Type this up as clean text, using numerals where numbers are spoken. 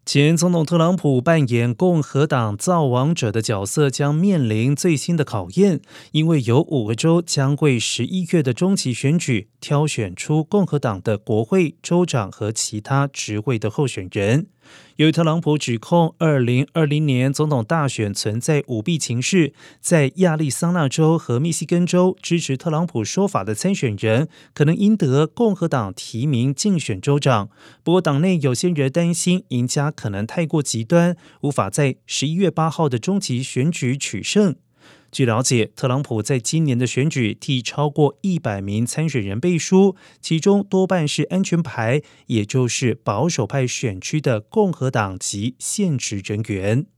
前总统特朗普扮演共和党造王者的角色将面临最新的考验，因为有5个州将为11月的中期选举挑选出共和党的国会、州长和其他职位的候选人。由于特朗普指控2020年总统大选存在舞弊情势，在亚利桑那州和密西根州支持特朗普说法的参选人可能赢得共和党提名竞选州长。不过党内有些人担心赢家可能太过极端，无法在11月8号的中期选举取胜。据了解，特朗普在今年的选举替超过100名参选人背书，其中多半是安全牌，也就是保守派选区的共和党籍现职人员。